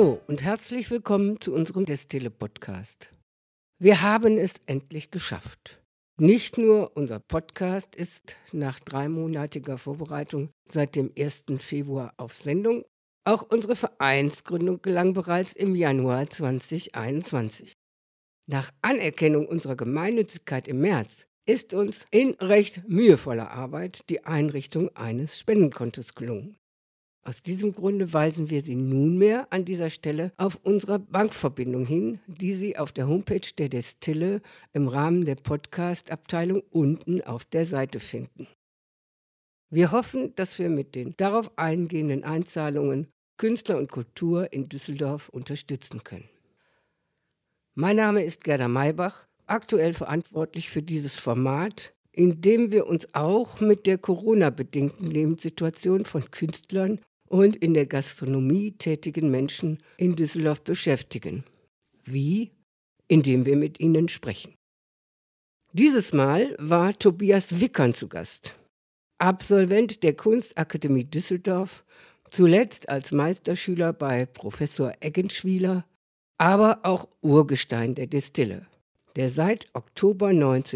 Hallo und herzlich willkommen zu unserem Destille-Podcast. Wir haben es endlich geschafft. Nicht nur unser Podcast ist nach 3-monatiger Vorbereitung seit dem 1. Februar auf Sendung, auch unsere Vereinsgründung gelang bereits im Januar 2021. Nach Anerkennung unserer Gemeinnützigkeit im März ist uns in recht mühevoller Arbeit die Einrichtung eines Spendenkontos gelungen. Aus diesem Grunde weisen wir Sie nunmehr an dieser Stelle auf unsere Bankverbindung hin, die Sie auf der Homepage der Destille im Rahmen der Podcast-Abteilung unten auf der Seite finden. Wir hoffen, dass wir mit den darauf eingehenden Einzahlungen Künstler und Kultur in Düsseldorf unterstützen können. Mein Name ist Gerda Maybach, aktuell verantwortlich für dieses Format, in dem wir uns auch mit der Corona-bedingten Lebenssituation von Künstlern und in der Gastronomie tätigen Menschen in Düsseldorf beschäftigen. Wie? Indem wir mit ihnen sprechen. Dieses Mal war Tobias Wickern zu Gast. Absolvent der Kunstakademie Düsseldorf, zuletzt als Meisterschüler bei Professor Eggenschwiler, aber auch Urgestein der Destille, der seit Oktober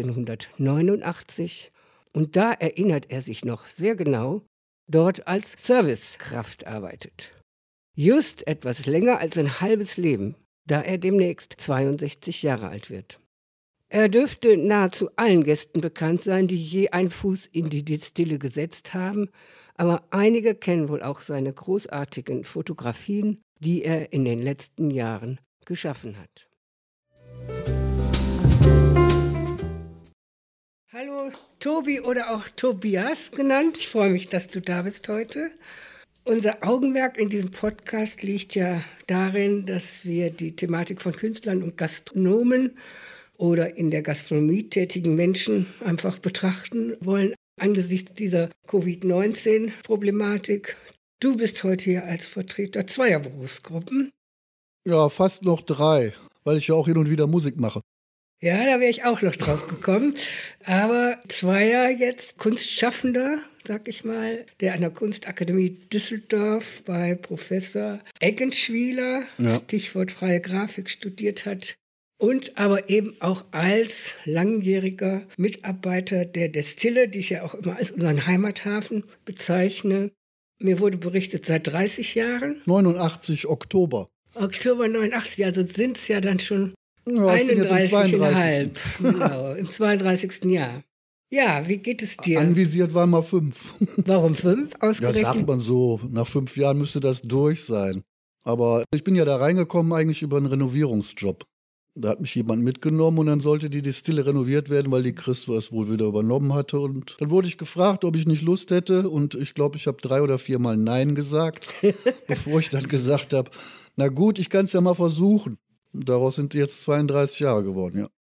1989, und da erinnert er sich noch sehr genau, dort als Servicekraft arbeitet. Just etwas länger als ein halbes Leben, da er demnächst 62 Jahre alt wird. Er dürfte nahezu allen Gästen bekannt sein, die je einen Fuß in die Destille gesetzt haben, aber einige kennen wohl auch seine großartigen Fotografien, die er in den letzten Jahren geschaffen hat. Hallo Tobi oder auch Tobias genannt. Ich freue mich, dass du da bist heute. Unser Augenmerk in diesem Podcast liegt ja darin, dass wir die Thematik von Künstlern und Gastronomen oder in der Gastronomie tätigen Menschen einfach betrachten wollen angesichts dieser Covid-19-Problematik. Du bist heute hier als Vertreter zweier Berufsgruppen. Ja, fast noch 3, weil ich ja auch hin und wieder Musik mache. Ja, da wäre ich auch noch drauf gekommen. Aber zweier jetzt Kunstschaffender, sag ich mal, der an der Kunstakademie Düsseldorf bei Professor Eggenschwiler, Stichwort freie Grafik, studiert hat. Und aber eben auch als langjähriger Mitarbeiter der Destille, die ich ja auch immer als unseren Heimathafen bezeichne. Mir wurde berichtet, seit 30 Jahren. 89 Oktober. Oktober 89, also sind es ja dann schon 31,5. Genau, im 32. Jahr. Ja, wie geht es dir? Anvisiert waren mal 5. Warum 5 ausgerechnet? Ja, sagt man so. Nach 5 Jahren müsste das durch sein. Aber ich bin ja da reingekommen eigentlich über einen Renovierungsjob. Da hat mich jemand mitgenommen und dann sollte die Destille renoviert werden, weil die Christo es wohl wieder übernommen hatte. Und dann wurde ich gefragt, ob ich nicht Lust hätte. Und ich glaube, ich habe 3 oder 4 Mal Nein gesagt, bevor ich dann gesagt habe, na gut, ich kann es ja mal versuchen. Und daraus sind jetzt 32 Jahre geworden, ja.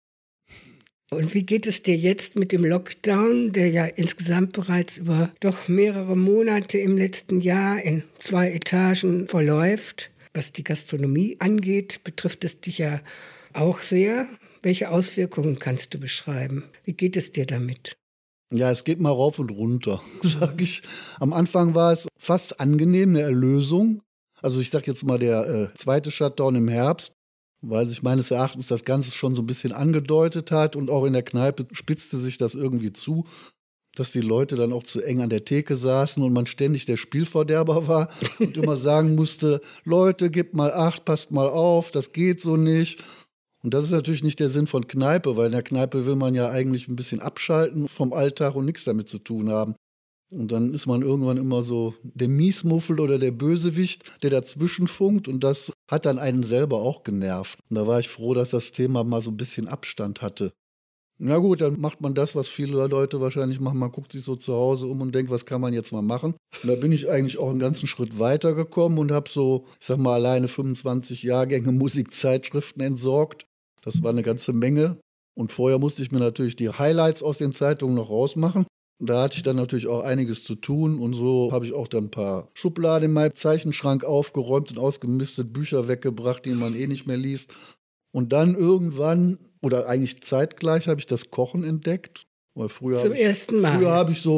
Und wie geht es dir jetzt mit dem Lockdown, der ja insgesamt bereits über doch mehrere Monate im letzten Jahr in 2 Etagen verläuft? Was die Gastronomie angeht, betrifft es dich ja auch sehr. Welche Auswirkungen kannst du beschreiben? Wie geht es dir damit? Ja, es geht mal rauf und runter, sage ich. Am Anfang war es fast angenehm, eine Erlösung. Also ich sage jetzt mal der zweite Shutdown im Herbst, weil sich meines Erachtens das Ganze schon so ein bisschen angedeutet hat und auch in der Kneipe spitzte sich das irgendwie zu, dass die Leute dann auch zu eng an der Theke saßen und man ständig der Spielverderber war und immer sagen musste, Leute, gebt mal Acht, passt mal auf, das geht so nicht. Und das ist natürlich nicht der Sinn von Kneipe, weil in der Kneipe will man ja eigentlich ein bisschen abschalten vom Alltag und nichts damit zu tun haben. Und dann ist man irgendwann immer so der Miesmuffel oder der Bösewicht, der dazwischen funkt. Und das hat dann einen selber auch genervt. Und da war ich froh, dass das Thema mal so ein bisschen Abstand hatte. Na gut, dann macht man das, was viele Leute wahrscheinlich machen. Man guckt sich so zu Hause um und denkt, was kann man jetzt mal machen? Und da bin ich eigentlich auch einen ganzen Schritt weitergekommen und habe so, ich sag mal, alleine 25 Jahrgänge Musikzeitschriften entsorgt. Das war eine ganze Menge. Und vorher musste ich mir natürlich die Highlights aus den Zeitungen noch rausmachen. Da hatte ich dann natürlich auch einiges zu tun und so habe ich auch dann ein paar Schubladen in meinem Zeichenschrank aufgeräumt und ausgemistet, Bücher weggebracht, die man eh nicht mehr liest. Und dann irgendwann, oder eigentlich zeitgleich, habe ich das Kochen entdeckt. Weil früher Zum ersten Mal. Früher habe ich so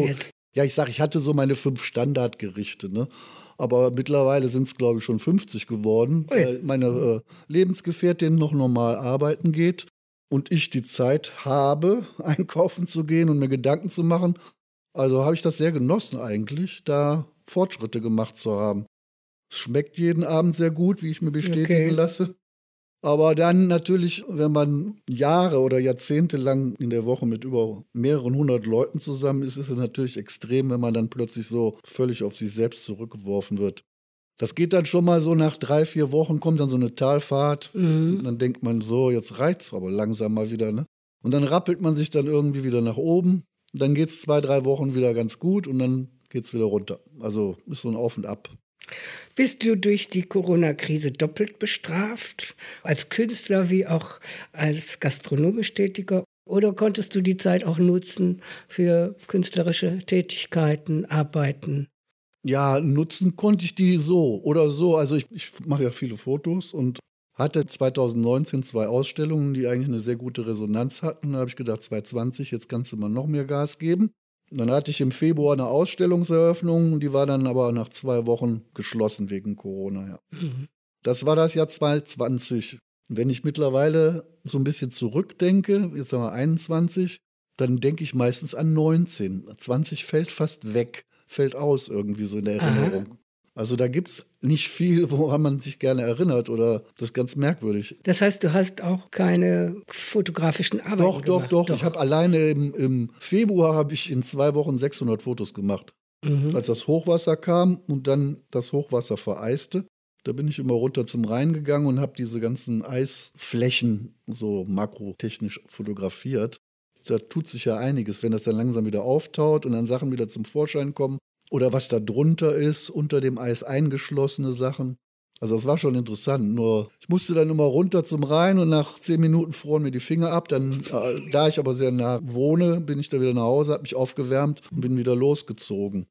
Ja, ich hatte so meine 5 Standardgerichte, ne? Aber mittlerweile sind es, glaube ich, schon 50 geworden, Ui. weil meine Lebensgefährtin noch normal arbeiten geht und ich die Zeit habe, einkaufen zu gehen und mir Gedanken zu machen. Also habe ich das sehr genossen eigentlich, da Fortschritte gemacht zu haben. Es schmeckt jeden Abend sehr gut, wie ich mir bestätigen Okay. lasse. Aber dann natürlich, wenn man Jahre oder Jahrzehnte lang in der Woche mit über mehreren hundert Leuten zusammen ist, ist es natürlich extrem, wenn man dann plötzlich so völlig auf sich selbst zurückgeworfen wird. Das geht dann schon mal so nach 3, 4 Wochen, kommt dann so eine Talfahrt. Und Mhm. dann denkt man so, jetzt reicht's aber langsam mal wieder, ne? Und dann rappelt man sich dann irgendwie wieder nach oben. Dann geht's 2, 3 Wochen wieder ganz gut und dann geht's wieder runter. Also ist so ein Auf und Ab. Bist du durch die Corona-Krise doppelt bestraft, als Künstler wie auch als gastronomisch Tätiger? Oder konntest du die Zeit auch nutzen für künstlerische Tätigkeiten, Arbeiten? Ja, nutzen konnte ich die so oder so. Also ich mache ja viele Fotos und hatte 2019 2 Ausstellungen, die eigentlich eine sehr gute Resonanz hatten. Da habe ich gedacht, 2020, jetzt kannst du mal noch mehr Gas geben. Und dann hatte ich im Februar eine Ausstellungseröffnung, die war dann aber nach 2 Wochen geschlossen wegen Corona. Ja. Mhm. Das war das Jahr 2020. Wenn ich mittlerweile so ein bisschen zurückdenke, jetzt sagen wir 21, dann denke ich meistens an 19. 20 fällt fast weg, fällt aus irgendwie so in der Aha. Erinnerung. Also da gibt es nicht viel, woran man sich gerne erinnert oder das ist ganz merkwürdig. Das heißt, du hast auch keine fotografischen Arbeiten Doch, doch, gemacht? doch. Ich habe alleine im Februar habe ich in 2 Wochen 600 Fotos gemacht. Mhm. Als das Hochwasser kam und dann das Hochwasser vereiste, da bin ich immer runter zum Rhein gegangen und habe diese ganzen Eisflächen so makrotechnisch fotografiert. Da tut sich ja einiges, wenn das dann langsam wieder auftaut und dann Sachen wieder zum Vorschein kommen oder was da drunter ist, unter dem Eis eingeschlossene Sachen. Also das war schon interessant, nur ich musste dann immer runter zum Rhein und nach 10 Minuten froren mir die Finger ab. Dann, da ich aber sehr nah wohne, bin ich da wieder nach Hause, habe mich aufgewärmt und bin wieder losgezogen.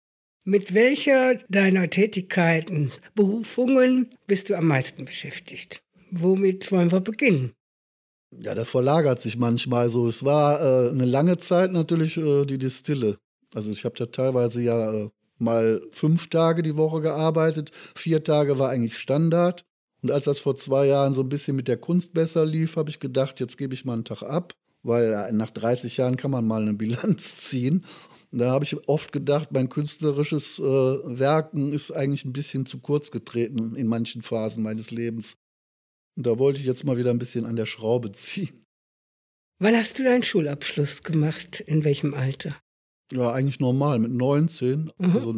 Mit welcher deiner Tätigkeiten, Berufungen bist du am meisten beschäftigt? Womit wollen wir beginnen? Ja, das verlagert sich manchmal so. Es war eine lange Zeit natürlich die Distille. Also ich habe da teilweise ja mal 5 Tage die Woche gearbeitet. 4 Tage war eigentlich Standard. Und als das vor 2 Jahren so ein bisschen mit der Kunst besser lief, habe ich gedacht, jetzt gebe ich mal einen Tag ab, weil nach 30 Jahren kann man mal eine Bilanz ziehen. Und da habe ich oft gedacht, mein künstlerisches Werken ist eigentlich ein bisschen zu kurz getreten in manchen Phasen meines Lebens. Und da wollte ich jetzt mal wieder ein bisschen an der Schraube ziehen. Wann hast du deinen Schulabschluss gemacht? In welchem Alter? Ja, eigentlich normal, mit 19, Mhm. also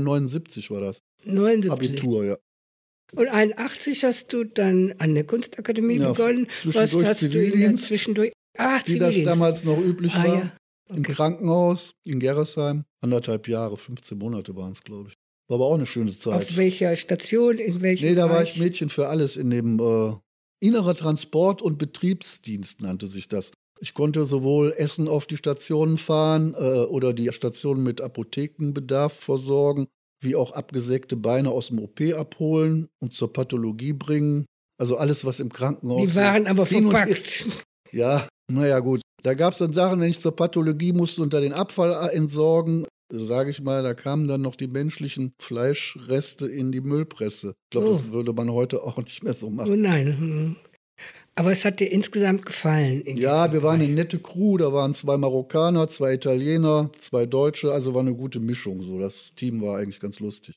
79 war das. 79. Abitur, ja. Und 81 hast du dann an der Kunstakademie Ja, begonnen. Was zwischendurch hast du Zivildienst, zwischendurch? wie das Zivildienst. damals noch üblich war. Ja. Im Okay. Krankenhaus in Gerresheim. 1,5 Jahre, 15 Monate waren es, glaube ich. War aber auch eine schöne Zeit. Auf welcher Station, in welchem Nee, da war Bereich? ich Mädchen für alles in dem innerer Transport- und Betriebsdienst nannte sich das. Ich konnte sowohl Essen auf die Stationen fahren oder die Stationen mit Apothekenbedarf versorgen, wie auch abgesägte Beine aus dem OP abholen und zur Pathologie bringen. Also alles, was im Krankenhaus Die waren aber hin und her- verpackt. Ja, naja gut. Da gab es dann Sachen, wenn ich zur Pathologie musste und da den Abfall entsorgen, sage ich mal, da kamen dann noch die menschlichen Fleischreste in die Müllpresse. Ich glaube, das würde man heute auch nicht mehr so machen. Oh nein. Hm. Aber es hat dir insgesamt gefallen. In Ja, diesem wir waren eine Bereich. nette Crew, da waren 2 Marokkaner, 2 Italiener, 2 Deutsche, also war eine gute Mischung so. Das Team war eigentlich ganz lustig.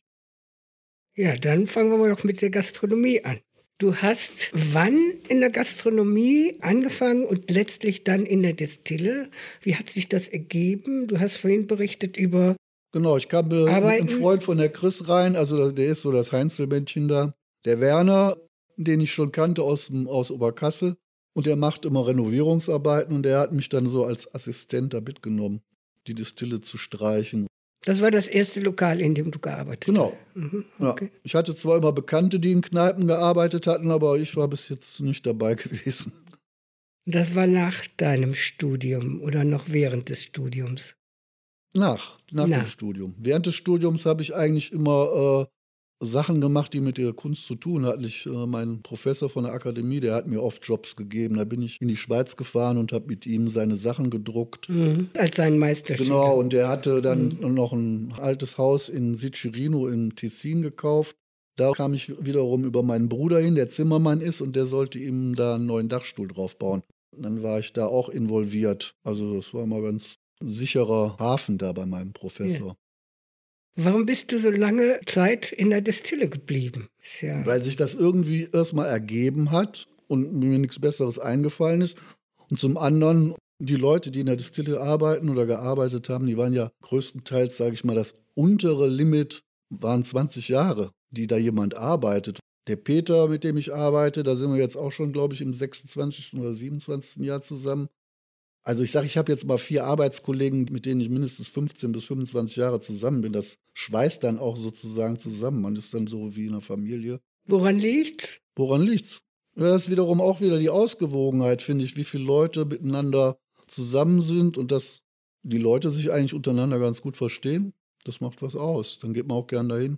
Ja, dann fangen wir mal doch mit der Gastronomie an. Du hast wann in der Gastronomie angefangen und letztlich dann in der Destille? Wie hat sich das ergeben? Du hast vorhin berichtet über Genau, ich kam mit Arbeiten. einem Freund von der Chris rein, also der ist so das Heinzelmännchen da. Der Werner, den ich schon kannte aus Oberkassel, und der macht immer Renovierungsarbeiten und der hat mich dann so als Assistent da mitgenommen, die Distille zu streichen. Das war das erste Lokal, in dem du gearbeitet hast. Genau. Mhm, Ja. okay. Ich hatte zwar immer Bekannte, die in Kneipen gearbeitet hatten, aber ich war bis jetzt nicht dabei gewesen. Das war nach deinem Studium oder noch während des Studiums? Nach dem Studium. Während des Studiums habe ich eigentlich immer Sachen gemacht, die mit der Kunst zu tun hatten. Mein Professor von der Akademie, der hat mir oft Jobs gegeben. Da bin ich in die Schweiz gefahren und habe mit ihm seine Sachen gedruckt. Als sein Meisterschüler. Genau, und der hatte dann noch ein altes Haus in Sicirino im Tessin gekauft. Da kam ich wiederum über meinen Bruder hin, der Zimmermann ist, und der sollte ihm da einen neuen Dachstuhl drauf bauen. Dann war ich da auch involviert. Also das war mal ganz sicherer Hafen da bei meinem Professor. Ja. Warum bist du so lange Zeit in der Destille geblieben? Ja. Weil sich das irgendwie erstmal ergeben hat und mir nichts Besseres eingefallen ist. Und zum anderen, die Leute, die in der Destille arbeiten oder gearbeitet haben, die waren ja größtenteils, sage ich mal, das untere Limit waren 20 Jahre, die da jemand arbeitet. Der Peter, mit dem ich arbeite, da sind wir jetzt auch schon, glaube ich, im 26. oder 27. Jahr zusammen. Also ich sage, ich habe jetzt mal 4 Arbeitskollegen, mit denen ich mindestens 15 bis 25 Jahre zusammen bin. Das schweißt dann auch sozusagen zusammen. Man ist dann so wie in einer Familie. Woran liegt's? Woran liegt's? Ja, das ist wiederum auch wieder die Ausgewogenheit, finde ich, wie viele Leute miteinander zusammen sind und dass die Leute sich eigentlich untereinander ganz gut verstehen. Das macht was aus. Dann geht man auch gern dahin.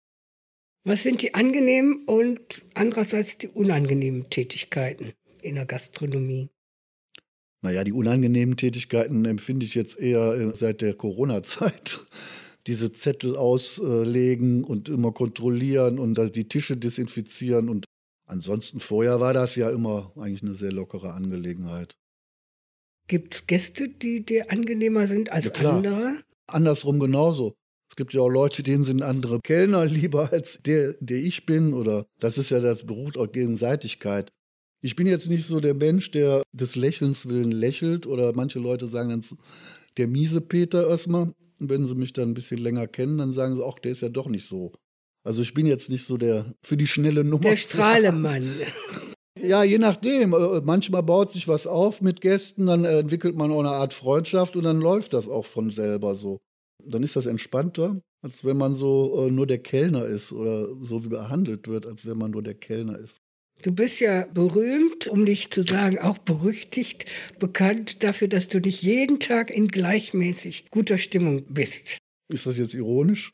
Was sind die angenehmen und andererseits die unangenehmen Tätigkeiten in der Gastronomie? Naja, die unangenehmen Tätigkeiten empfinde ich jetzt eher seit der Corona-Zeit. Diese Zettel auslegen und immer kontrollieren und die Tische desinfizieren. Und ansonsten vorher war das ja immer eigentlich eine sehr lockere Angelegenheit. Gibt es Gäste, die dir angenehmer sind als andere? Andersrum genauso. Es gibt ja auch Leute, denen sind andere Kellner lieber als der ich bin. Oder das ist ja, das beruht auf Gegenseitigkeit. Ich bin jetzt nicht so der Mensch, der des Lächelns willen lächelt, oder manche Leute sagen dann der miese Peter erstmal. Und wenn sie mich dann ein bisschen länger kennen, dann sagen sie, ach, der ist ja doch nicht so. Also ich bin jetzt nicht so der für die schnelle Nummer. Der Strahlemann. Ja, je nachdem. Manchmal baut sich was auf mit Gästen, dann entwickelt man auch eine Art Freundschaft und dann läuft das auch von selber so. Dann ist das entspannter, als wenn man so nur der Kellner ist oder so wie behandelt wird, als wenn man nur der Kellner ist. Du bist ja berühmt, um nicht zu sagen auch berüchtigt, bekannt dafür, dass du nicht jeden Tag in gleichmäßig guter Stimmung bist. Ist das jetzt ironisch?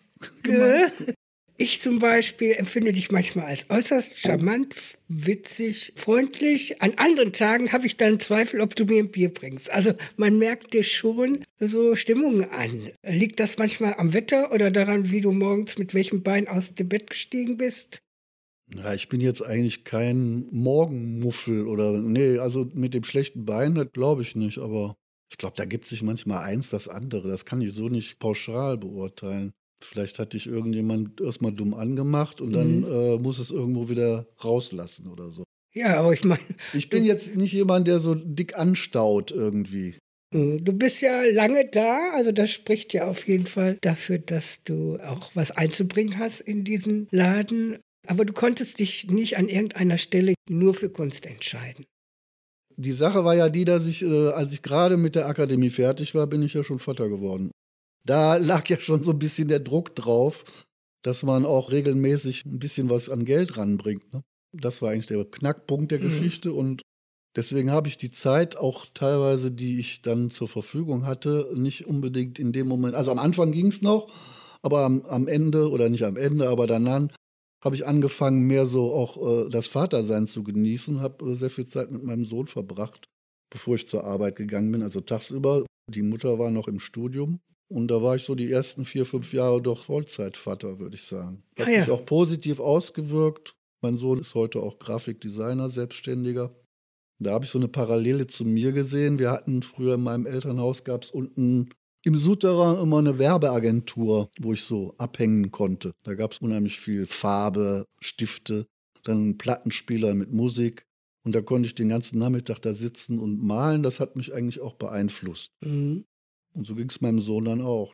Ich zum Beispiel empfinde dich manchmal als äußerst charmant, witzig, freundlich. An anderen Tagen habe ich dann Zweifel, ob du mir ein Bier bringst. Also man merkt dir schon so Stimmungen an. Liegt das manchmal am Wetter oder daran, wie du morgens mit welchem Bein aus dem Bett gestiegen bist? Ja, ich bin jetzt eigentlich kein Morgenmuffel also mit dem schlechten Bein, das glaube ich nicht, aber ich glaube, da gibt sich manchmal eins das andere. Das kann ich so nicht pauschal beurteilen. Vielleicht hat dich irgendjemand erstmal dumm angemacht und dann muss es irgendwo wieder rauslassen oder so. Ja, aber ich meine... Ich bin jetzt nicht jemand, der so dick anstaut irgendwie. Du bist ja lange da, also das spricht ja auf jeden Fall dafür, dass du auch was einzubringen hast in diesen Laden. Aber du konntest dich nicht an irgendeiner Stelle nur für Kunst entscheiden. Die Sache war ja die, dass als ich gerade mit der Akademie fertig war, bin ich ja schon Vater geworden. Da lag ja schon so ein bisschen der Druck drauf, dass man auch regelmäßig ein bisschen was an Geld ranbringt. Ne? Das war eigentlich der Knackpunkt der Geschichte. Und deswegen habe ich die Zeit auch teilweise, die ich dann zur Verfügung hatte, nicht unbedingt in dem Moment. Also am Anfang ging es noch, aber am Ende, oder nicht am Ende, aber danach habe ich angefangen, mehr so auch das Vatersein zu genießen, habe sehr viel Zeit mit meinem Sohn verbracht, bevor ich zur Arbeit gegangen bin, also tagsüber. Die Mutter war noch im Studium und da war ich so die ersten 4, 5 Jahre doch Vollzeitvater, würde ich sagen. Hat sich auch positiv ausgewirkt. Mein Sohn ist heute auch Grafikdesigner, Selbstständiger. Da habe ich so eine Parallele zu mir gesehen. Wir hatten früher in meinem Elternhaus, gab es unten im Souterrain immer eine Werbeagentur, wo ich so abhängen konnte. Da gab es unheimlich viel Farbe, Stifte, dann einen Plattenspieler mit Musik. Und da konnte ich den ganzen Nachmittag da sitzen und malen. Das hat mich eigentlich auch beeinflusst. Und so ging es meinem Sohn dann auch.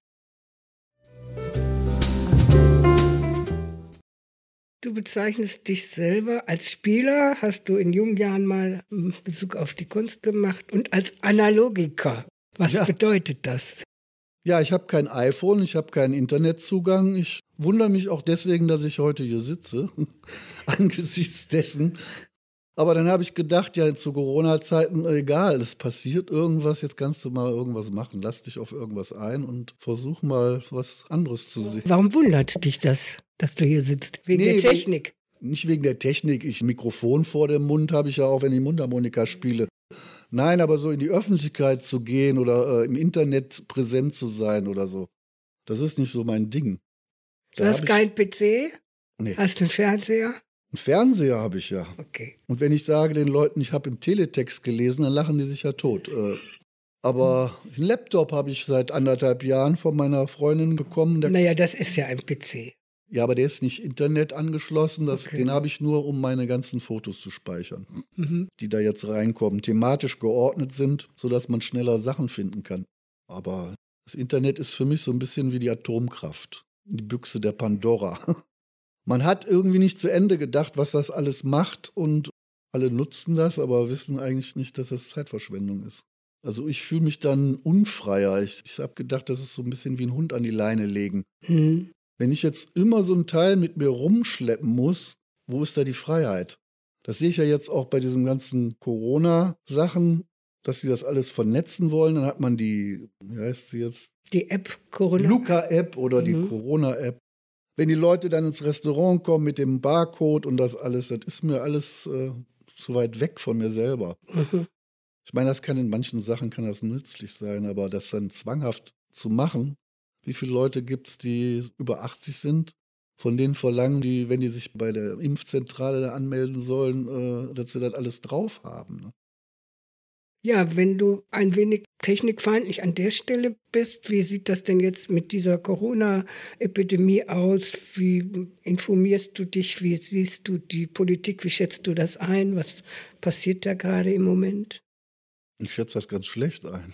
Du bezeichnest dich selber als Spieler, hast du in jungen Jahren mal einen Bezug auf die Kunst gemacht, und als Analogiker. Was bedeutet das? Ja, ich habe kein iPhone, ich habe keinen Internetzugang. Ich wundere mich auch deswegen, dass ich heute hier sitze, angesichts dessen. Aber dann habe ich gedacht, ja, zu Corona-Zeiten, egal, es passiert irgendwas, jetzt kannst du mal irgendwas machen. Lass dich auf irgendwas ein und versuch mal was anderes zu sehen. Warum wundert dich das, dass du hier sitzt? Wegen der Technik? Nicht wegen der Technik. Mikrofon vor dem Mund habe ich ja auch, wenn ich Mundharmonika spiele. Nein, aber so in die Öffentlichkeit zu gehen oder im Internet präsent zu sein oder so, das ist nicht so mein Ding. Du hast keinen PC? Nee. Hast du einen Fernseher? Einen Fernseher habe ich ja. Okay. Und wenn ich sage den Leuten, ich habe im Teletext gelesen, dann lachen die sich ja tot. Aber einen Laptop habe ich seit 1,5 Jahren von meiner Freundin bekommen. Naja, das ist ja ein PC. Ja, aber der ist nicht Internet angeschlossen. Den habe ich nur, um meine ganzen Fotos zu speichern, die da jetzt reinkommen, thematisch geordnet sind, sodass man schneller Sachen finden kann. Aber das Internet ist für mich so ein bisschen wie die Atomkraft, die Büchse der Pandora. Man hat irgendwie nicht zu Ende gedacht, was das alles macht und alle nutzen das, aber wissen eigentlich nicht, dass das Zeitverschwendung ist. Also ich fühle mich dann unfreier. Ich habe gedacht, das ist so ein bisschen wie ein Hund an die Leine legen. Wenn ich jetzt immer so ein Teil mit mir rumschleppen muss, wo ist da die Freiheit? Das sehe ich ja jetzt auch bei diesen ganzen Corona-Sachen, dass sie das alles vernetzen wollen. Dann hat man wie heißt sie jetzt? Die App Corona. Luca-App oder die Corona-App. Wenn die Leute dann ins Restaurant kommen mit dem Barcode und das alles, das ist mir alles zu weit weg von mir selber. Ich meine, das kann in manchen Sachen kann das nützlich sein, aber das dann zwanghaft zu machen, wie viele Leute gibt es, die über 80 sind, von denen verlangen die, wenn die sich bei der Impfzentrale da anmelden sollen, dass sie das alles drauf haben. Ne? Ja, wenn du ein wenig technikfeindlich an der Stelle bist, wie sieht das denn jetzt mit dieser Corona-Epidemie aus? Wie informierst du dich? Wie siehst du die Politik? Wie schätzt du das ein? Was passiert da gerade im Moment? Ich schätze das ganz schlecht ein.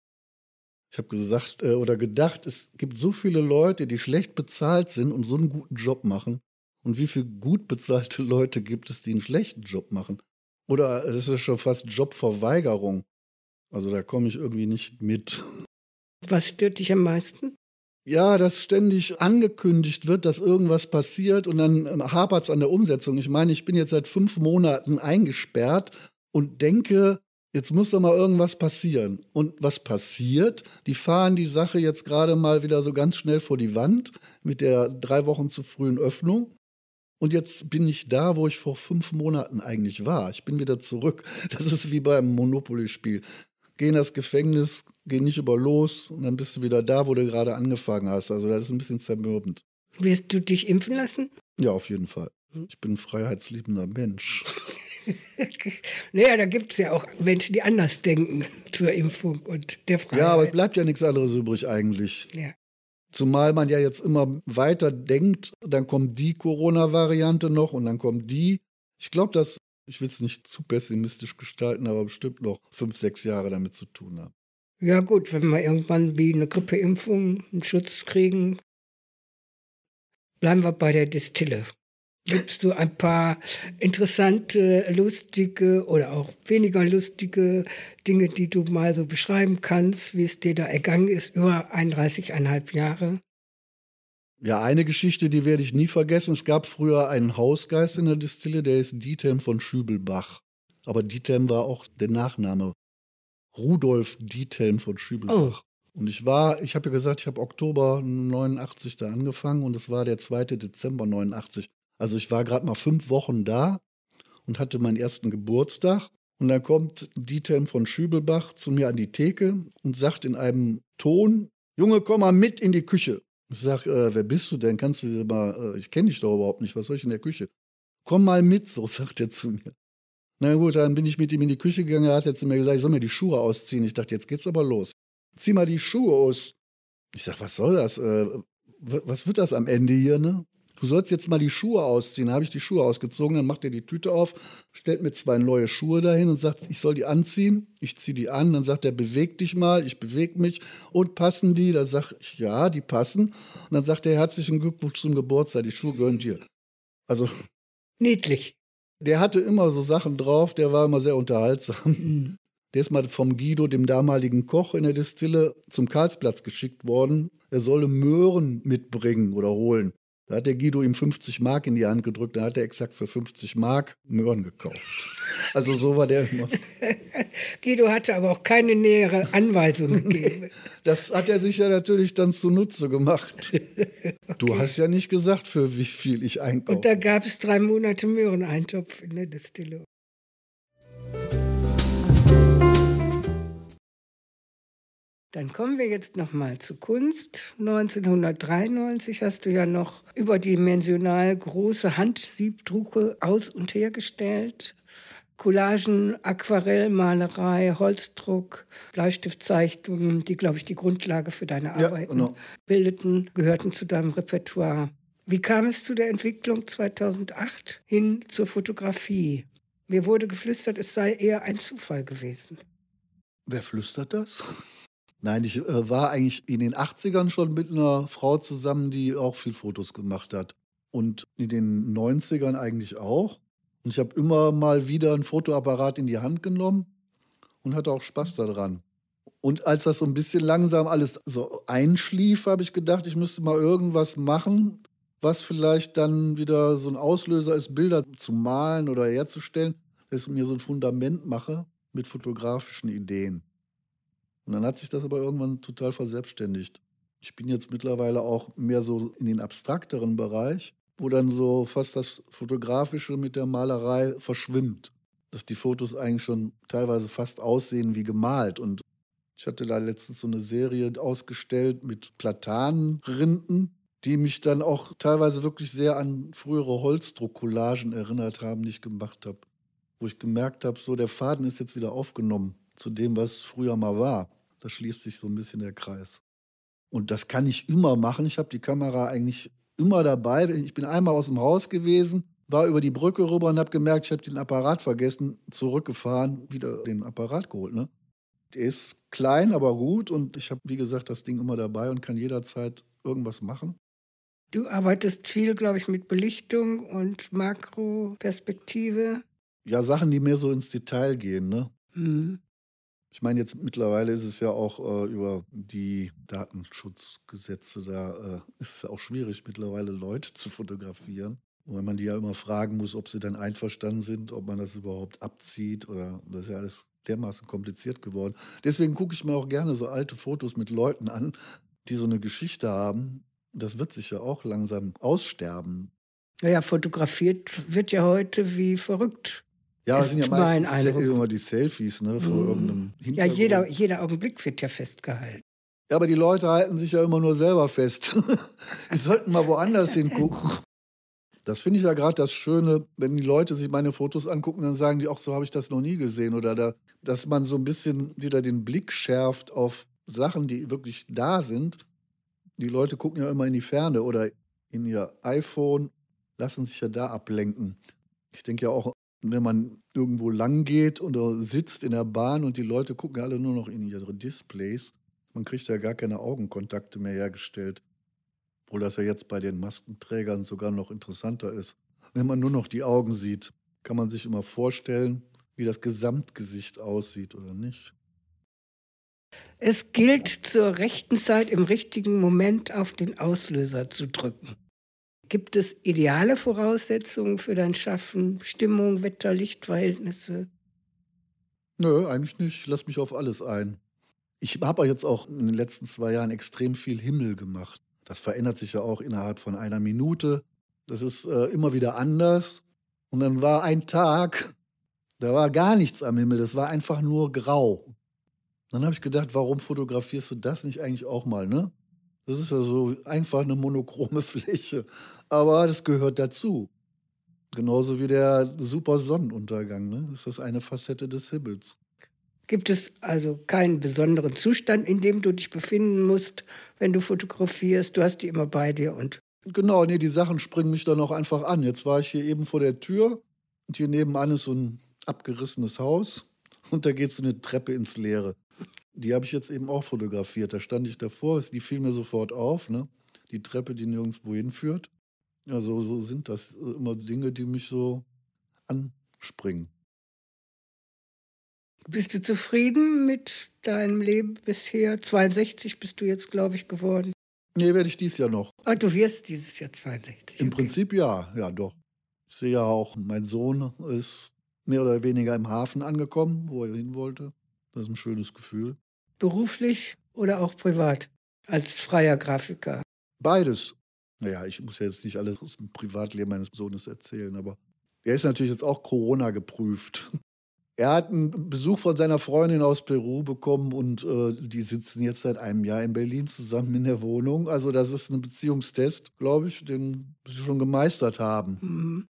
Ich habe gesagt oder gedacht, es gibt so viele Leute, die schlecht bezahlt sind und so einen guten Job machen. Und wie viele gut bezahlte Leute gibt es, die einen schlechten Job machen? Oder es ist schon fast Jobverweigerung. Also da komme ich irgendwie nicht mit. Was stört dich am meisten? Ja, dass ständig angekündigt wird, dass irgendwas passiert und dann hapert es an der Umsetzung. Ich meine, ich bin jetzt seit 5 Monaten eingesperrt und denke, jetzt muss doch mal irgendwas passieren. Und was passiert? Die fahren die Sache jetzt gerade mal wieder so ganz schnell vor die Wand mit der 3 Wochen zu frühen Öffnung. Und jetzt bin ich da, wo ich vor 5 Monaten eigentlich war. Ich bin wieder zurück. Das ist wie beim Monopoly-Spiel. Geh in das Gefängnis, geh nicht über los und dann bist du wieder da, wo du gerade angefangen hast. Also das ist ein bisschen zermürbend. Wirst du dich impfen lassen? Ja, auf jeden Fall. Ich bin ein freiheitsliebender Mensch. Naja, da gibt es ja auch Menschen, die anders denken zur Impfung und der Freiheit. Ja, aber es bleibt ja nichts anderes übrig eigentlich. Ja. Zumal man ja jetzt immer weiter denkt, dann kommt die Corona-Variante noch und dann kommt die. Ich glaube, ich will es nicht zu pessimistisch gestalten, aber bestimmt noch 5, 6 Jahre damit zu tun haben. Ja gut, wenn wir irgendwann wie eine Grippeimpfung einen Schutz kriegen, bleiben wir bei der Destille. Gibst du ein paar interessante, lustige oder auch weniger lustige Dinge, die du mal so beschreiben kannst, wie es dir da ergangen ist über 31,5 Jahre? Ja, eine Geschichte, die werde ich nie vergessen. Es gab früher einen Hausgeist in der Distille, der ist Diethelm von Schübelbach. Aber Diethelm war auch der Nachname. Rudolf Diethelm von Schübelbach. Oh. Und ich habe ja gesagt, ich habe Oktober 89 da angefangen und es war der 2. Dezember 89. Also ich war gerade mal 5 Wochen da und hatte meinen ersten Geburtstag. Und dann kommt Diethelm von Schübelbach zu mir an die Theke und sagt in einem Ton, Junge, komm mal mit in die Küche. Ich sage, wer bist du denn? Kannst du mal, ich kenne dich doch überhaupt nicht, was soll ich in der Küche? Komm mal mit, so sagt er zu mir. Na gut, dann bin ich mit ihm in die Küche gegangen, er hat jetzt zu mir gesagt, ich soll mir die Schuhe ausziehen. Ich dachte, jetzt geht's aber los. Zieh mal die Schuhe aus. Ich sage, was soll das? Was wird das am Ende hier, ne? Du sollst jetzt mal die Schuhe ausziehen. Da habe ich die Schuhe ausgezogen, dann macht er die Tüte auf, stellt mir 2 neue Schuhe dahin und sagt, ich soll die anziehen. Ich ziehe die an, dann sagt er, beweg dich mal, ich bewege mich. Und passen die? Da sage ich, ja, die passen. Und dann sagt er, herzlichen Glückwunsch zum Geburtstag, die Schuhe gehören dir. Also niedlich. Der hatte immer so Sachen drauf, der war immer sehr unterhaltsam. Der ist mal vom Guido, dem damaligen Koch in der Distille, zum Karlsplatz geschickt worden. Er solle Möhren mitbringen oder holen. Da hat der Guido ihm 50 Mark in die Hand gedrückt, da hat er exakt für 50 Mark Möhren gekauft. Also so war der immer. Guido hatte aber auch keine nähere Anweisung gegeben. Das hat er sich ja natürlich dann zunutze gemacht. Du hast ja nicht gesagt, für wie viel ich einkaufe. Und da gab es 3 Monate Möhreneintopf in der Destille. Dann kommen wir jetzt noch mal zu Kunst. 1993 hast du ja noch überdimensional große Handsiebdrucke aus- und hergestellt. Collagen, Aquarellmalerei, Holzdruck, Bleistiftzeichnungen, die, glaube ich, die Grundlage für deine Arbeiten bildeten, gehörten zu deinem Repertoire. Wie kam es zu der Entwicklung 2008 hin zur Fotografie? Mir wurde geflüstert, es sei eher ein Zufall gewesen. Wer flüstert das? Nein, ich war eigentlich in den 80ern schon mit einer Frau zusammen, die auch viel Fotos gemacht hat. Und in den 90ern eigentlich auch. Und ich habe immer mal wieder einen Fotoapparat in die Hand genommen und hatte auch Spaß daran. Und als das so ein bisschen langsam alles so einschlief, habe ich gedacht, ich müsste mal irgendwas machen, was vielleicht dann wieder so ein Auslöser ist, Bilder zu malen oder herzustellen, dass ich mir so ein Fundament mache mit fotografischen Ideen. Und dann hat sich das aber irgendwann total verselbstständigt. Ich bin jetzt mittlerweile auch mehr so in den abstrakteren Bereich, wo dann so fast das Fotografische mit der Malerei verschwimmt. Dass die Fotos eigentlich schon teilweise fast aussehen wie gemalt. Und ich hatte da letztens so eine Serie ausgestellt mit Platanenrinden, die mich dann auch teilweise wirklich sehr an frühere Holzdruckcollagen erinnert haben, die ich gemacht habe. Wo ich gemerkt habe, so der Faden ist jetzt wieder aufgenommen zu dem, was früher mal war. Da schließt sich so ein bisschen der Kreis. Und das kann ich immer machen. Ich habe die Kamera eigentlich immer dabei. Ich bin einmal aus dem Haus gewesen, war über die Brücke rüber und habe gemerkt, ich habe den Apparat vergessen, zurückgefahren, wieder den Apparat geholt. Ne? Der ist klein, aber gut und ich habe, wie gesagt, das Ding immer dabei und kann jederzeit irgendwas machen. Du arbeitest viel, glaube ich, mit Belichtung und Makroperspektive. Ja, Sachen, die mehr so ins Detail gehen, ne? Mhm. Ich meine, jetzt mittlerweile ist es ja auch über die Datenschutzgesetze, da ist es ja auch schwierig, mittlerweile Leute zu fotografieren. Und wenn man die ja immer fragen muss, ob sie dann einverstanden sind, ob man das überhaupt abzieht oder das ist ja alles dermaßen kompliziert geworden. Deswegen gucke ich mir auch gerne so alte Fotos mit Leuten an, die so eine Geschichte haben. Das wird sich ja auch langsam aussterben. Naja, fotografiert wird ja heute wie verrückt. Ja, das sind ja Ist mein meistens Eindruck. immer die Selfies, ne, vor irgendeinem Ja, Hintergrund. jeder Augenblick wird ja festgehalten. Ja, aber die Leute halten sich ja immer nur selber fest. Die sollten mal woanders hingucken. Das finde ich ja gerade das Schöne, wenn die Leute sich meine Fotos angucken, dann sagen die auch, so habe ich das noch nie gesehen. Oder dass man so ein bisschen wieder den Blick schärft auf Sachen, die wirklich da sind. Die Leute gucken ja immer in die Ferne oder in ihr iPhone, lassen sich ja da ablenken. Ich denke ja auch, wenn man irgendwo lang geht oder sitzt in der Bahn und die Leute gucken ja alle nur noch in ihre Displays, man kriegt ja gar keine Augenkontakte mehr hergestellt. Obwohl das ja jetzt bei den Maskenträgern sogar noch interessanter ist. Wenn man nur noch die Augen sieht, kann man sich immer vorstellen, wie das Gesamtgesicht aussieht oder nicht. Es gilt, zur rechten Zeit im richtigen Moment auf den Auslöser zu drücken. Gibt es ideale Voraussetzungen für dein Schaffen? Stimmung, Wetter, Lichtverhältnisse? Nö, eigentlich nicht. Ich lasse mich auf alles ein. Ich habe jetzt auch in den letzten 2 Jahren extrem viel Himmel gemacht. Das verändert sich ja auch innerhalb von einer Minute. Das ist immer wieder anders. Und dann war ein Tag, da war gar nichts am Himmel. Das war einfach nur grau. Dann habe ich gedacht, warum fotografierst du das nicht eigentlich auch mal, ne? Das ist ja so einfach eine monochrome Fläche. Aber das gehört dazu. Genauso wie der super Sonnenuntergang, ne? Das ist das eine Facette des Himmels. Gibt es also keinen besonderen Zustand, in dem du dich befinden musst, wenn du fotografierst? Du hast die immer bei dir und Genau, nee, die Sachen springen mich dann auch einfach an. Jetzt war ich hier eben vor der Tür und hier nebenan ist so ein abgerissenes Haus und da geht so eine Treppe ins Leere. Die habe ich jetzt eben auch fotografiert. Da stand ich davor, die fiel mir sofort auf, ne? Die Treppe, die nirgendwo hinführt. Ja, so sind das immer Dinge, die mich so anspringen. bist du zufrieden mit deinem Leben bisher? 62 bist du jetzt, glaube ich, geworden. Nee, werde ich dies Jahr noch. Ah, du wirst dieses Jahr 62. Im Okay. Prinzip ja doch. Ich sehe ja auch, mein Sohn ist mehr oder weniger im Hafen angekommen, wo er hin wollte. Das ist ein schönes Gefühl. Beruflich oder auch privat? Als freier Grafiker. Beides. Naja, ich muss ja jetzt nicht alles aus dem Privatleben meines Sohnes erzählen, aber er ist natürlich jetzt auch Corona geprüft. Er hat einen Besuch von seiner Freundin aus Peru bekommen und die sitzen jetzt seit einem Jahr in Berlin zusammen in der Wohnung. Also das ist ein Beziehungstest, glaube ich, den sie schon gemeistert haben. Mhm.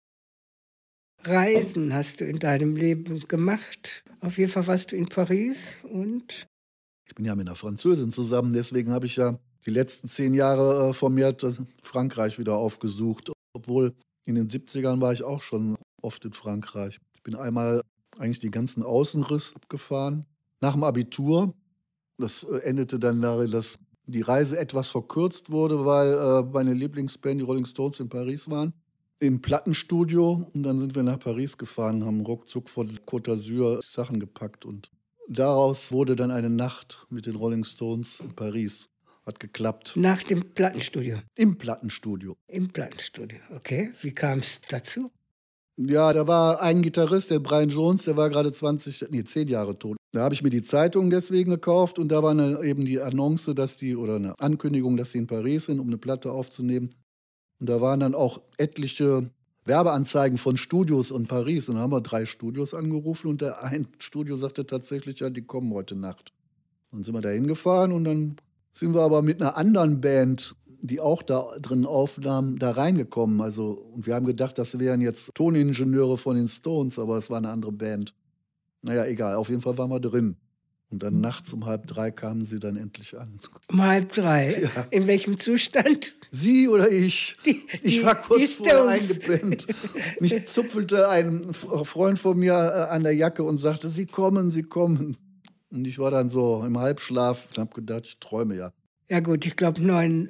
Reisen hast du in deinem Leben gemacht. Auf jeden Fall warst du in Paris und Ich bin ja mit einer Französin zusammen, deswegen habe ich ja die letzten 10 Jahre vermehrt Frankreich wieder aufgesucht. Obwohl in den 70ern war ich auch schon oft in Frankreich. Ich bin einmal eigentlich die ganzen Außenriss abgefahren. Nach dem Abitur. Das endete dann darin, dass die Reise etwas verkürzt wurde, weil meine Lieblingsband, die Rolling Stones, in Paris waren. Im Plattenstudio. Und dann sind wir nach Paris gefahren, haben ruckzuck von Côte d'Azur Sachen gepackt. Und daraus wurde dann eine Nacht mit den Rolling Stones in Paris. Hat geklappt. nach dem Plattenstudio. Im Plattenstudio. Im Plattenstudio, okay. Wie kam es dazu? Ja, da war ein Gitarrist, der Brian Jones, der war gerade 10 Jahre tot. Da habe ich mir die Zeitung deswegen gekauft und da war eben die Annonce, oder eine Ankündigung, dass sie in Paris sind, um eine Platte aufzunehmen. Und da waren dann auch etliche Werbeanzeigen von Studios in Paris. Und dann haben wir 3 Studios angerufen und der ein Studio sagte tatsächlich, ja, die kommen heute Nacht. Dann sind wir da hingefahren und dann sind wir aber mit einer anderen Band, die auch da drin aufnahmen, da reingekommen. Und wir haben gedacht, das wären jetzt Toningenieure von den Stones, aber es war eine andere Band. Naja, egal, auf jeden Fall waren wir drin. Und dann nachts um 2:30 kamen sie dann endlich an. Um 2:30. Ja. In welchem Zustand? Sie oder ich? Ich war die kurz vorher Stones. eingepennt. Mich zupfelte ein Freund von mir an der Jacke und sagte, Sie kommen, Sie kommen. Und ich war dann so im Halbschlaf und habe gedacht, ich träume ja. Ja gut, ich glaube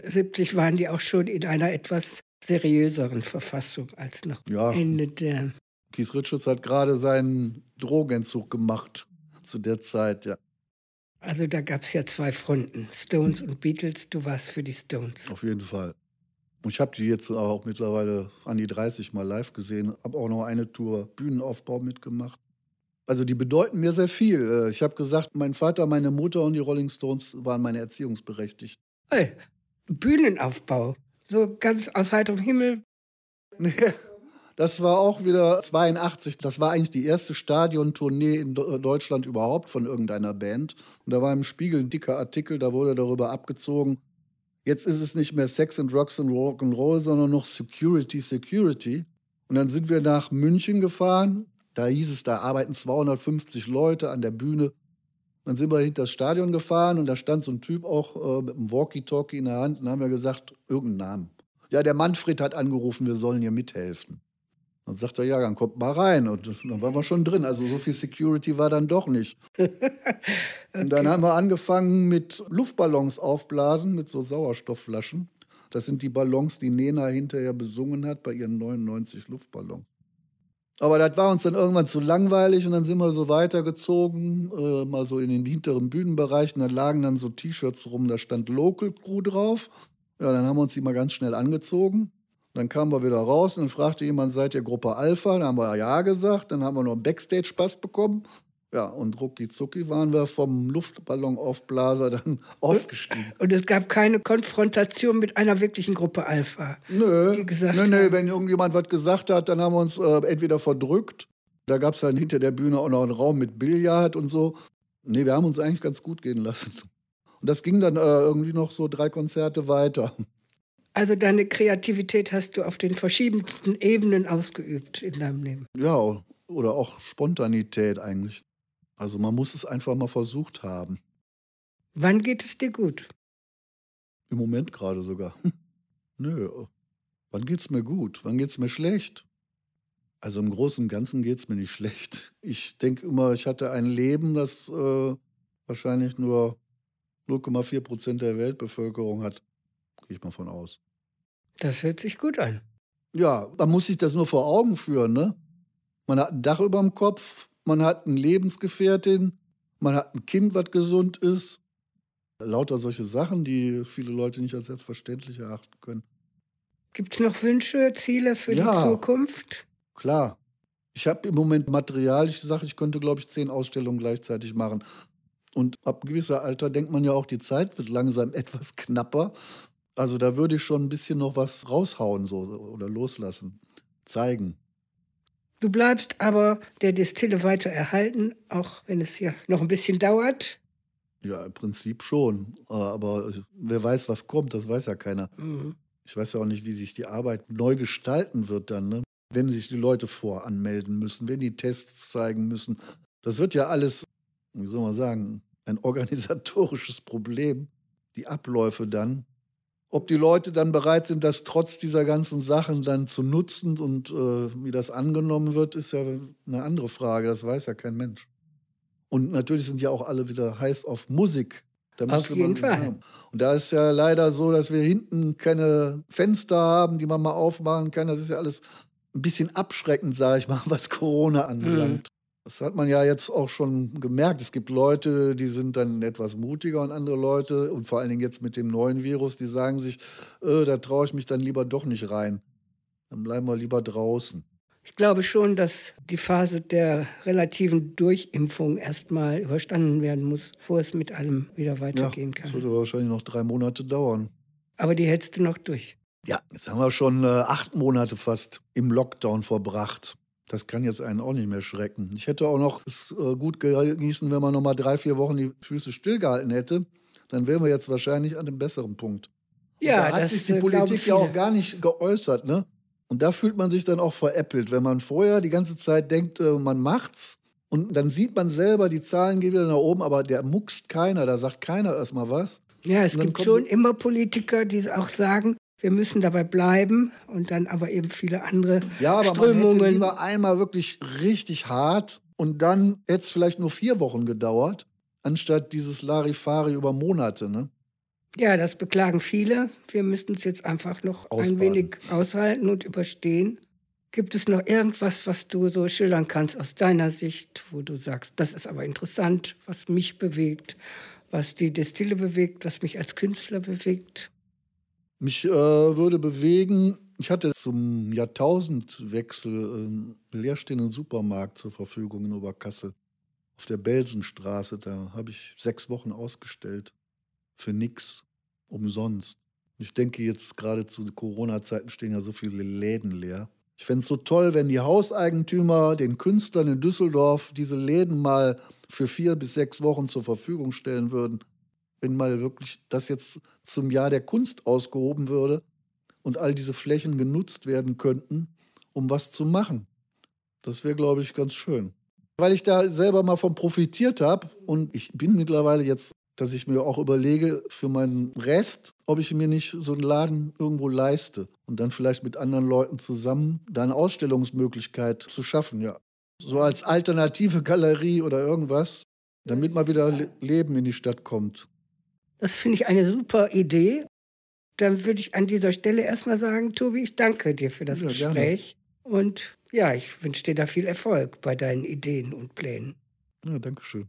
79 waren die auch schon in einer etwas seriöseren Verfassung als noch Ja. Ende der... Keith Richards hat gerade seinen Drogenentzug gemacht zu der Zeit, ja. Also da gab es ja 2 Fronten, Stones und Beatles. Du warst für die Stones. Auf jeden Fall. Und ich habe die jetzt auch mittlerweile an die 30 Mal live gesehen. Habe auch noch eine Tour Bühnenaufbau mitgemacht. Also die bedeuten mir sehr viel. Ich habe gesagt, mein Vater, meine Mutter und die Rolling Stones waren meine Erziehungsberechtigten. Hey, Bühnenaufbau, so ganz aus heiterem Himmel. Nee, das war auch wieder 82. Das war eigentlich die erste Stadiontournee in Deutschland überhaupt von irgendeiner Band. Und da war im Spiegel ein dicker Artikel, da wurde darüber abgezogen, jetzt ist es nicht mehr Sex and Drugs and Rock'n'Roll, sondern noch Security, Security. Und dann sind wir nach München gefahren. Da hieß es, da arbeiten 250 Leute an der Bühne. Dann sind wir hinter das Stadion gefahren und da stand so ein Typ auch mit einem Walkie-Talkie in der Hand. Und dann haben wir gesagt, irgendeinen Namen. Ja, der Manfred hat angerufen, wir sollen hier mithelfen. Dann sagt er, ja, dann kommt mal rein. Und dann waren wir schon drin. Also so viel Security war dann doch nicht. Und dann haben wir angefangen mit Luftballons aufblasen, mit so Sauerstoffflaschen. Das sind die Ballons, die Nena hinterher besungen hat bei ihren 99 Luftballons. Aber das war uns dann irgendwann zu langweilig und dann sind wir so weitergezogen, mal so in den hinteren Bühnenbereich. Und da lagen dann so T-Shirts rum, da stand Local Crew drauf. Ja, dann haben wir uns die mal ganz schnell angezogen. Dann kamen wir wieder raus und dann fragte jemand, seid ihr Gruppe Alpha? Dann haben wir ja gesagt, dann haben wir noch einen Backstage-Pass bekommen. Ja, und rucki zucki waren wir vom Luftballonaufblaser dann aufgestiegen. Und es gab keine Konfrontation mit einer wirklichen Gruppe Alpha. Nö, die gesagt nö, haben- wenn irgendjemand was gesagt hat, dann haben wir uns entweder verdrückt. Da gab es dann hinter der Bühne auch noch einen Raum mit Billard und so. Nee, wir haben uns eigentlich ganz gut gehen lassen. Und das ging dann irgendwie noch so 3 Konzerte weiter. Also deine Kreativität hast du auf den verschiedensten Ebenen ausgeübt in deinem Leben. Ja, oder auch Spontanität eigentlich. Also man muss es einfach mal versucht haben. Wann geht es dir gut? Im Moment gerade sogar. Nö, wann geht's mir gut? Wann geht's mir schlecht? Also im Großen und Ganzen geht's mir nicht schlecht. Ich denke immer, ich hatte ein Leben, das wahrscheinlich nur 0,4% der Weltbevölkerung hat. Gehe ich mal von aus. Das hört sich gut an. Ja, man muss sich das nur vor Augen führen, ne? Man hat ein Dach über dem Kopf, man hat eine Lebensgefährtin, man hat ein Kind, was gesund ist. Lauter solche Sachen, die viele Leute nicht als selbstverständlich erachten können. Gibt es noch Wünsche, Ziele für die Ja, Zukunft? klar. Ich habe im Moment Material. Ich sage, ich könnte, glaube ich, 10 Ausstellungen gleichzeitig machen. Und ab gewissem Alter denkt man ja auch, die Zeit wird langsam etwas knapper. Also da würde ich schon ein bisschen noch was raushauen so oder loslassen, zeigen. Du bleibst aber der Destille weiter erhalten, auch wenn es ja noch ein bisschen dauert. Ja, im Prinzip schon. Aber wer weiß, was kommt, das weiß ja keiner. Mhm. Ich weiß ja auch nicht, wie sich die Arbeit neu gestalten wird dann, ne? Wenn sich die Leute voranmelden müssen, wenn die Tests zeigen müssen. Das wird ja alles, wie soll man sagen, ein organisatorisches Problem. Die Abläufe dann. Ob die Leute dann bereit sind, das trotz dieser ganzen Sachen dann zu nutzen und wie das angenommen wird, ist ja eine andere Frage. Das weiß ja kein Mensch. Und natürlich sind ja auch alle wieder heiß auf Musik. Da Auf müsste jeden man, Fall. ja. Und da ist ja leider so, dass wir hinten keine Fenster haben, die man mal aufmachen kann. Das ist ja alles ein bisschen abschreckend, sage ich mal, was Corona anbelangt. Das hat man ja jetzt auch schon gemerkt. Es gibt Leute, die sind dann etwas mutiger und andere Leute, und vor allen Dingen jetzt mit dem neuen Virus, die sagen sich, da traue ich mich dann lieber doch nicht rein. Dann bleiben wir lieber draußen. Ich glaube schon, dass die Phase der relativen Durchimpfung erstmal überstanden werden muss, bevor es mit allem wieder Ja, weitergehen das kann. wird aber wahrscheinlich noch 3 Monate dauern. Aber die hältst du noch durch. Ja, jetzt haben wir schon 8 Monate fast im Lockdown verbracht. Das kann jetzt einen auch nicht mehr schrecken. Ich hätte auch noch es gut genießen, wenn man noch mal 3, 4 Wochen die Füße stillgehalten hätte. Dann wären wir jetzt wahrscheinlich an einem besseren Punkt. Und Ja, da hat das sich die glauben Politik ja auch viele. gar nicht geäußert, ne? Und da fühlt man sich dann auch veräppelt, wenn man vorher die ganze Zeit denkt, man macht's. Und dann sieht man selber, die Zahlen gehen wieder nach oben, aber der muckst keiner, da sagt keiner erstmal was. Ja, es Und dann gibt kommt schon so, immer Politiker, die auch sagen, wir müssen dabei bleiben und dann aber eben viele andere ja, aber man hätte Strömungen. lieber einmal wirklich richtig hart und dann hätte es vielleicht nur 4 Wochen gedauert, anstatt dieses Larifari über Monate, ne? Ja, das beklagen viele. Wir müssten es jetzt einfach noch ein Ausbaden. wenig aushalten und überstehen. Gibt es noch irgendwas, was du so schildern kannst aus deiner Sicht, wo du sagst, das ist aber interessant, was mich bewegt, was die Destille bewegt, was mich als Künstler bewegt? Mich würde bewegen, ich hatte zum Jahrtausendwechsel einen leerstehenden Supermarkt zur Verfügung in Oberkassel. Auf der Belsenstraße, da habe ich 6 Wochen ausgestellt. Für nix, umsonst. Ich denke jetzt gerade zu Corona-Zeiten stehen ja so viele Läden leer. Ich fände es so toll, wenn die Hauseigentümer den Künstlern in Düsseldorf diese Läden mal für 4 bis 6 Wochen zur Verfügung stellen würden. Wenn mal wirklich das jetzt zum Jahr der Kunst ausgehoben würde und all diese Flächen genutzt werden könnten, um was zu machen. Das wäre, glaube ich, ganz schön. Weil ich da selber mal von profitiert habe und ich bin mittlerweile jetzt, dass ich mir auch überlege für meinen Rest, ob ich mir nicht so einen Laden irgendwo leiste und dann vielleicht mit anderen Leuten zusammen da eine Ausstellungsmöglichkeit zu schaffen, ja. So als alternative Galerie oder irgendwas, damit mal wieder Leben in die Stadt kommt. Das finde ich eine super Idee. Dann würde ich an dieser Stelle erstmal sagen, Tobi, ich danke dir für das Ja, gerne. Gespräch. Und ja, ich wünsche dir da viel Erfolg bei deinen Ideen und Plänen. Ja, danke schön.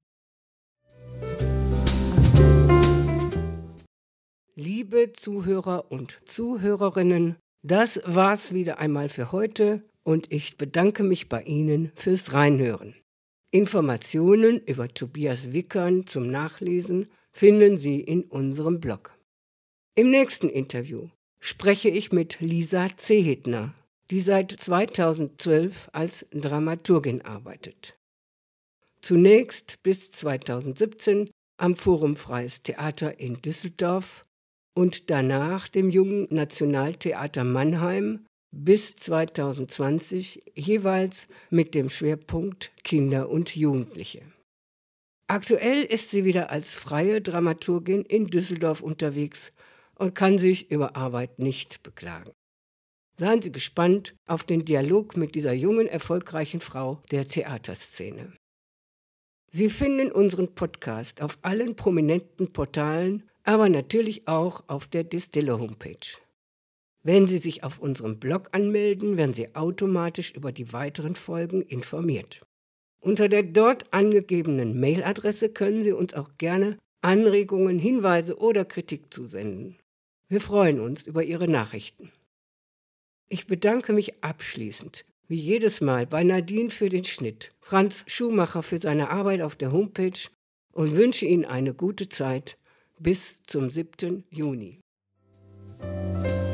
Liebe Zuhörer und Zuhörerinnen, das war's wieder einmal für heute und ich bedanke mich bei Ihnen fürs Reinhören. Informationen über Tobias Wickern zum Nachlesen finden Sie in unserem Blog. Im nächsten Interview spreche ich mit Lisa Zehetner, die seit 2012 als Dramaturgin arbeitet. Zunächst bis 2017 am Forum Freies Theater in Düsseldorf und danach dem Jungen Nationaltheater Mannheim bis 2020 jeweils mit dem Schwerpunkt Kinder und Jugendliche. Aktuell ist sie wieder als freie Dramaturgin in Düsseldorf unterwegs und kann sich über Arbeit nicht beklagen. Seien Sie gespannt auf den Dialog mit dieser jungen, erfolgreichen Frau der Theaterszene. Sie finden unseren Podcast auf allen prominenten Portalen, aber natürlich auch auf der Destille-Homepage. Wenn Sie sich auf unserem Blog anmelden, werden Sie automatisch über die weiteren Folgen informiert. Unter der dort angegebenen Mailadresse können Sie uns auch gerne Anregungen, Hinweise oder Kritik zusenden. Wir freuen uns über Ihre Nachrichten. Ich bedanke mich abschließend, wie jedes Mal, bei Nadine für den Schnitt, Franz Schumacher für seine Arbeit auf der Homepage und wünsche Ihnen eine gute Zeit bis zum 7. Juni.